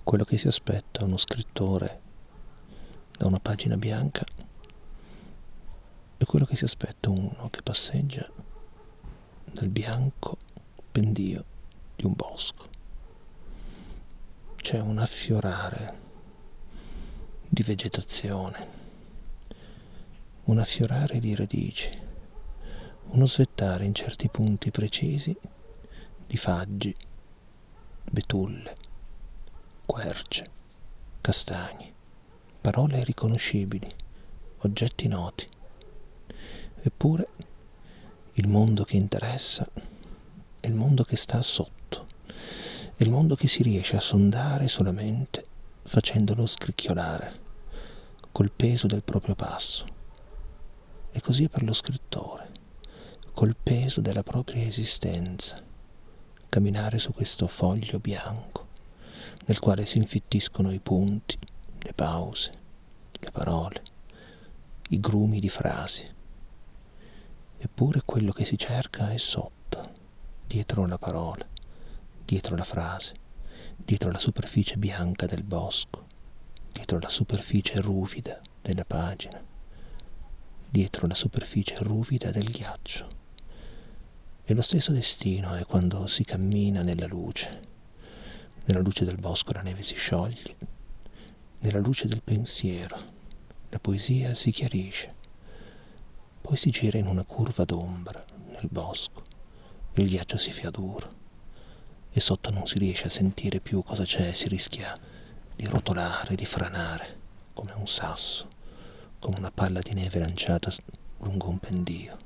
Quello che si aspetta uno scrittore da una pagina bianca è quello che si aspetta uno che passeggia dal bianco pendio di un bosco. C'è un affiorare di vegetazione, un affiorare di radici, uno svettare in certi punti precisi di faggi, betulle, querce, castagni, parole riconoscibili, oggetti noti. Eppure il mondo che interessa è il mondo che sta sotto, è il mondo che si riesce a sondare solamente facendolo scricchiolare col peso del proprio passo. E così è per lo scrittore, col peso della propria esistenza, camminare su questo foglio bianco nel quale si infittiscono i punti, le pause, le parole, i grumi di frasi. Eppure quello che si cerca è sotto, dietro la parola, dietro la frase, dietro la superficie bianca del bosco, dietro la superficie ruvida della pagina, dietro la superficie ruvida del ghiaccio. E lo stesso destino è quando si cammina nella luce. Nella luce del bosco la neve si scioglie, nella luce del pensiero la poesia si chiarisce. Poi si gira in una curva d'ombra nel bosco, il ghiaccio si fa duro e sotto non si riesce a sentire più cosa c'è, si rischia di rotolare, di franare, come un sasso, come una palla di neve lanciata lungo un pendio.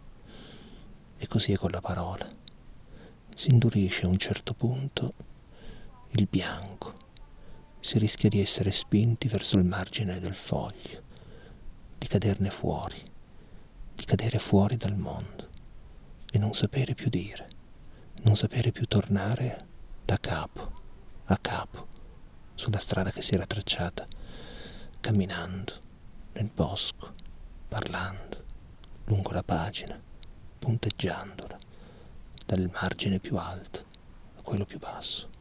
E così è con la parola. Si indurisce a un certo punto il bianco, si rischia di essere spinti verso il margine del foglio, di caderne fuori, di cadere fuori dal mondo e non sapere più dire, non sapere più tornare da capo a capo sulla strada che si era tracciata, camminando nel bosco, parlando lungo la pagina, punteggiandola dal margine più alto a quello più basso.